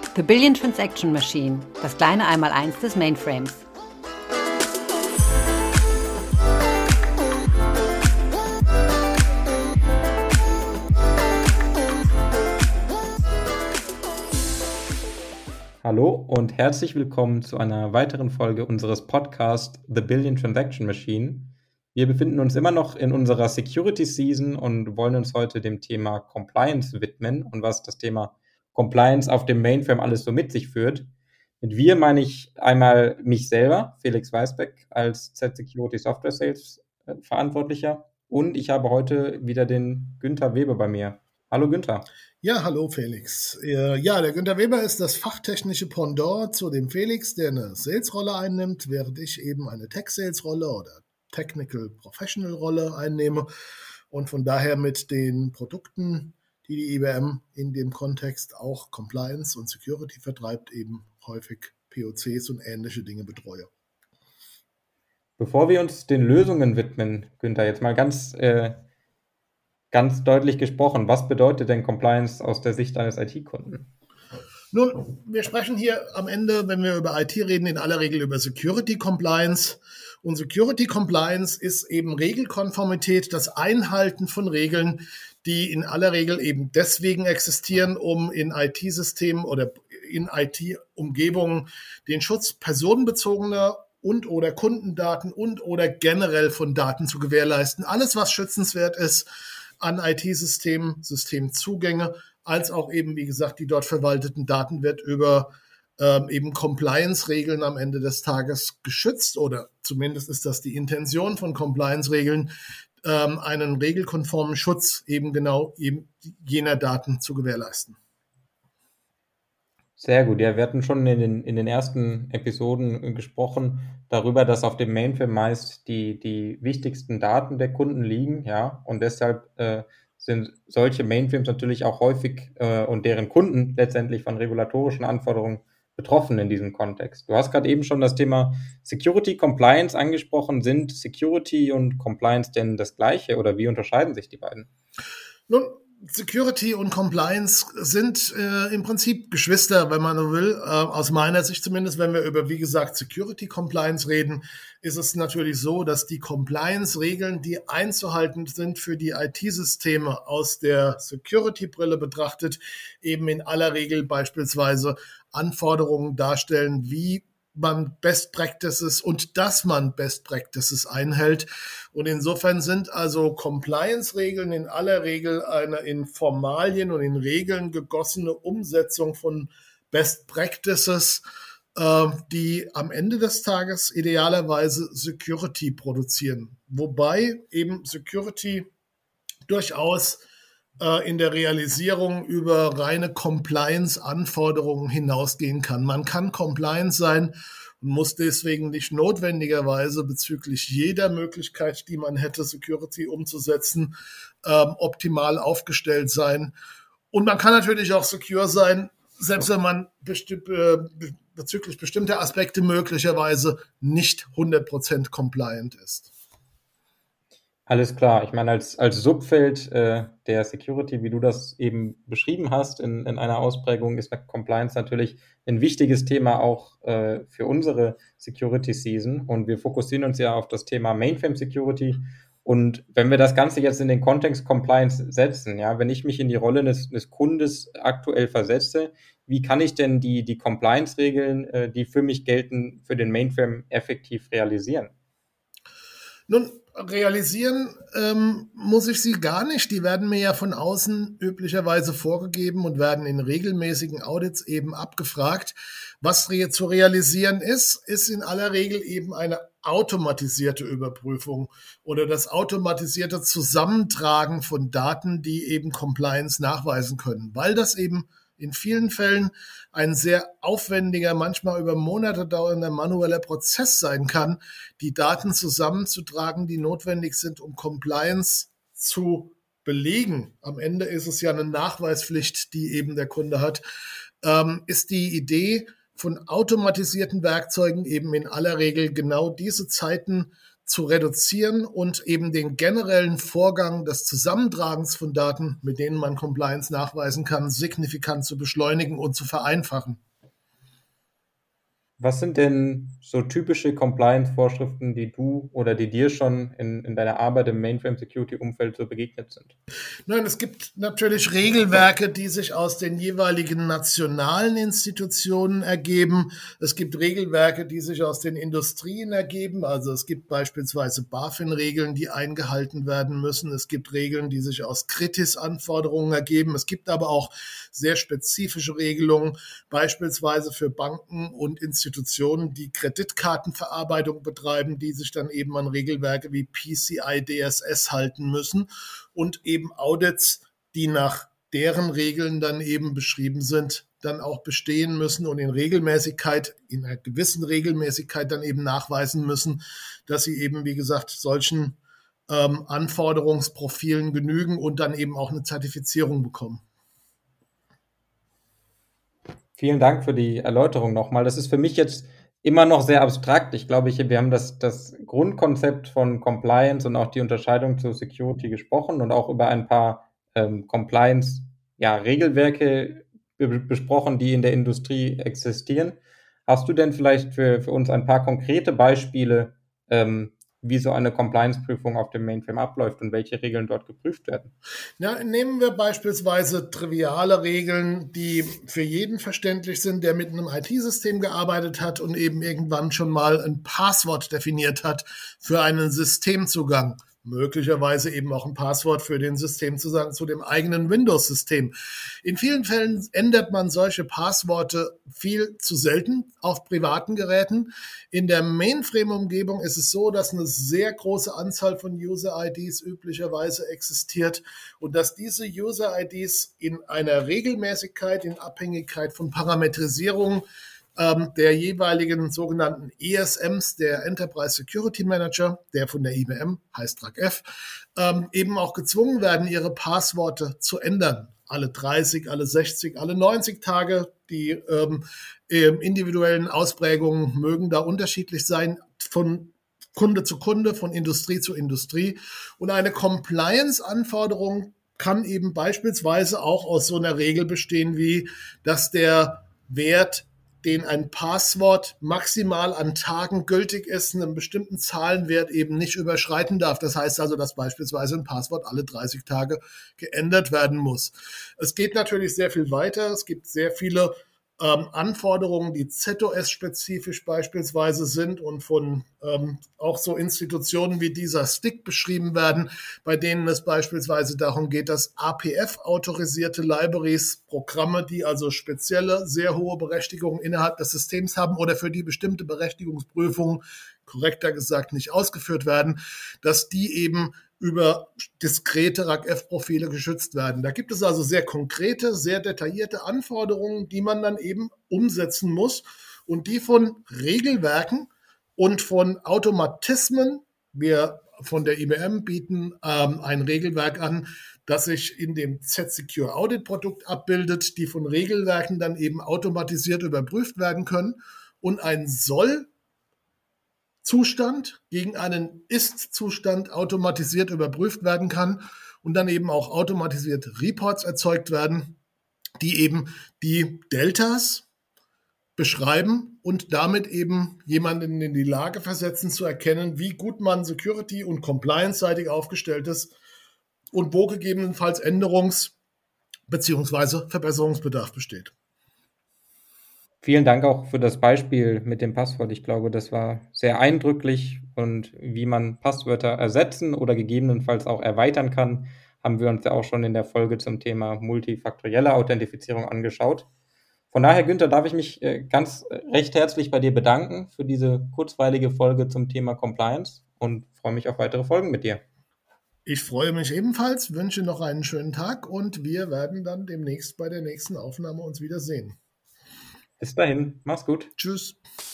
The Billion Transaction Machine, das kleine Einmaleins des Mainframes. Hallo und herzlich willkommen zu einer weiteren Folge unseres Podcasts The Billion Transaction Machine. Wir befinden uns immer noch in unserer Security Season und wollen uns heute dem Thema Compliance widmen und was das Thema Compliance auf dem Mainframe alles so mit sich führt. Mit wir meine ich einmal mich selber, Felix Weisbeck, als Z-Security Software Sales Verantwortlicher, und ich habe heute wieder den Günther Weber bei mir. Hallo Günther. Ja, hallo Felix. Ja, der Günther Weber ist das fachtechnische Pendant zu dem Felix, der eine Sales-Rolle einnimmt, während ich eben eine Tech-Sales-Rolle oder Technical-Professional-Rolle einnehme und von daher mit den Produkten, die die IBM in dem Kontext auch Compliance und Security vertreibt, eben häufig POCs und ähnliche Dinge betreue. Bevor wir uns den Lösungen widmen, Günther, jetzt mal ganz deutlich gesprochen, was bedeutet denn Compliance aus der Sicht eines IT-Kunden? Nun, wir sprechen hier am Ende, wenn wir über IT reden, in aller Regel über Security Compliance. Und Security Compliance ist eben Regelkonformität, das Einhalten von Regeln, die in aller Regel eben deswegen existieren, um in IT-Systemen oder in IT-Umgebungen den Schutz personenbezogener und/oder Kundendaten und/oder generell von Daten zu gewährleisten. Alles, was schützenswert ist an IT-Systemen, Systemzugänge, als auch eben, wie gesagt, die dort verwalteten Daten wird über eben Compliance-Regeln am Ende des Tages geschützt, oder zumindest ist das die Intention von Compliance-Regeln, einen regelkonformen Schutz eben genau eben jener Daten zu gewährleisten. Sehr gut. Ja, wir hatten schon in den ersten Episoden gesprochen darüber, dass auf dem Mainframe meist die wichtigsten Daten der Kunden liegen, ja, und deshalb sind solche Mainframes natürlich auch häufig und deren Kunden letztendlich von regulatorischen Anforderungen betroffen in diesem Kontext. Du hast gerade eben schon das Thema Security Compliance angesprochen. Sind Security und Compliance denn das Gleiche oder wie unterscheiden sich die beiden? Nun, Security und Compliance sind im Prinzip Geschwister, wenn man so will. Aus meiner Sicht zumindest, wenn wir über, wie gesagt, Security Compliance reden, ist es natürlich so, dass die Compliance-Regeln, die einzuhalten sind für die IT-Systeme aus der Security-Brille betrachtet, eben in aller Regel beispielsweise Anforderungen darstellen, wie man Best Practices und dass man Best Practices einhält. Und insofern sind also Compliance-Regeln in aller Regel eine in Formalien und in Regeln gegossene Umsetzung von Best Practices, die am Ende des Tages idealerweise Security produzieren. Wobei eben Security durchaus in der Realisierung über reine Compliance-Anforderungen hinausgehen kann. Man kann Compliance sein und muss deswegen nicht notwendigerweise bezüglich jeder Möglichkeit, die man hätte, Security umzusetzen, optimal aufgestellt sein. Und man kann natürlich auch secure sein, selbst wenn man bezüglich bestimmter Aspekte möglicherweise nicht 100% compliant ist. Alles klar. Ich meine, als Subfeld der Security, wie du das eben beschrieben hast, in einer Ausprägung, ist Compliance natürlich ein wichtiges Thema auch für unsere Security Season. Und wir fokussieren uns ja auf das Thema Mainframe Security. Und wenn wir das Ganze jetzt in den Kontext Compliance setzen, ja, wenn ich mich in die Rolle des Kundes aktuell versetze, wie kann ich denn die Compliance-Regeln, die für mich gelten, für den Mainframe effektiv realisieren? Nun, realisieren muss ich sie gar nicht. Die werden mir ja von außen üblicherweise vorgegeben und werden in regelmäßigen Audits eben abgefragt. Was zu realisieren ist in aller Regel eben eine automatisierte Überprüfung oder das automatisierte Zusammentragen von Daten, die eben Compliance nachweisen können, weil das eben in vielen Fällen ein sehr aufwendiger, manchmal über Monate dauernder manueller Prozess sein kann, die Daten zusammenzutragen, die notwendig sind, um Compliance zu belegen. Am Ende ist es ja eine Nachweispflicht, die eben der Kunde hat. Ist die Idee von automatisierten Werkzeugen eben in aller Regel genau diese Zeiten zu reduzieren und eben den generellen Vorgang des Zusammentragens von Daten, mit denen man Compliance nachweisen kann, signifikant zu beschleunigen und zu vereinfachen. Was sind denn so typische Compliance-Vorschriften, die du oder die dir schon in deiner Arbeit im Mainframe-Security-Umfeld so begegnet sind? Nein, es gibt natürlich Regelwerke, die sich aus den jeweiligen nationalen Institutionen ergeben. Es gibt Regelwerke, die sich aus den Industrien ergeben. Also es gibt beispielsweise BaFin-Regeln, die eingehalten werden müssen. Es gibt Regeln, die sich aus Kritis-Anforderungen ergeben. Es gibt aber auch sehr spezifische Regelungen, beispielsweise für Banken und Institutionen, die Kreditkartenverarbeitung betreiben, die sich dann eben an Regelwerke wie PCI DSS halten müssen und eben Audits, die nach deren Regeln dann eben beschrieben sind, dann auch bestehen müssen und in einer gewissen Regelmäßigkeit dann eben nachweisen müssen, dass sie eben, wie gesagt, solchen Anforderungsprofilen genügen und dann eben auch eine Zertifizierung bekommen. Vielen Dank für die Erläuterung nochmal. Das ist für mich jetzt immer noch sehr abstrakt. Ich glaube, wir haben das Grundkonzept von Compliance und auch die Unterscheidung zu Security gesprochen und auch über ein paar Compliance-Regelwerke besprochen, die in der Industrie existieren. Hast du denn vielleicht für uns ein paar konkrete Beispiele, wie so eine Compliance-Prüfung auf dem Mainframe abläuft und welche Regeln dort geprüft werden? Ja, nehmen wir beispielsweise triviale Regeln, die für jeden verständlich sind, der mit einem IT-System gearbeitet hat und eben irgendwann schon mal ein Passwort definiert hat für einen Systemzugang. Möglicherweise eben auch ein Passwort für den Systemzugang zu dem eigenen Windows-System. In vielen Fällen ändert man solche Passworte viel zu selten auf privaten Geräten. In der Mainframe-Umgebung ist es so, dass eine sehr große Anzahl von User-IDs üblicherweise existiert und dass diese User-IDs in einer Regelmäßigkeit, in Abhängigkeit von Parametrisierung der jeweiligen sogenannten ESMs, der Enterprise Security Manager, der von der IBM, heißt TRACF, eben auch gezwungen werden, ihre Passworte zu ändern. Alle 30, alle 60, alle 90 Tage. Die individuellen Ausprägungen mögen da unterschiedlich sein, von Kunde zu Kunde, von Industrie zu Industrie. Und eine Compliance-Anforderung kann eben beispielsweise auch aus so einer Regel bestehen, wie dass der Wert, den ein Passwort maximal an Tagen gültig ist, einen bestimmten Zahlenwert eben nicht überschreiten darf. Das heißt also, dass beispielsweise ein Passwort alle 30 Tage geändert werden muss. Es geht natürlich sehr viel weiter. Es gibt sehr viele Anforderungen, die ZOS-spezifisch beispielsweise sind und von auch so Institutionen wie dieser STIC beschrieben werden, bei denen es beispielsweise darum geht, dass APF-autorisierte Libraries, Programme, die also spezielle, sehr hohe Berechtigungen innerhalb des Systems haben oder für die bestimmte Berechtigungsprüfungen, korrekter gesagt, nicht ausgeführt werden, dass die eben über diskrete RACF-Profile geschützt werden. Da gibt es also sehr konkrete, sehr detaillierte Anforderungen, die man dann eben umsetzen muss und die von Regelwerken und von Automatismen, wir von der IBM bieten ein Regelwerk an, das sich in dem Z-Secure Audit Produkt abbildet, die von Regelwerken dann eben automatisiert überprüft werden können und ein Soll-Zustand gegen einen Ist-Zustand automatisiert überprüft werden kann und dann eben auch automatisiert Reports erzeugt werden, die eben die Deltas beschreiben und damit eben jemanden in die Lage versetzen, zu erkennen, wie gut man security- und compliance-seitig aufgestellt ist und wo gegebenenfalls Änderungs- bzw. Verbesserungsbedarf besteht. Vielen Dank auch für das Beispiel mit dem Passwort. Ich glaube, das war sehr eindrücklich und wie man Passwörter ersetzen oder gegebenenfalls auch erweitern kann, haben wir uns ja auch schon in der Folge zum Thema multifaktorielle Authentifizierung angeschaut. Von daher, Günther, darf ich mich ganz recht herzlich bei dir bedanken für diese kurzweilige Folge zum Thema Compliance und freue mich auf weitere Folgen mit dir. Ich freue mich ebenfalls, wünsche noch einen schönen Tag und wir werden dann demnächst bei der nächsten Aufnahme uns wiedersehen. Bis dahin, mach's gut. Tschüss.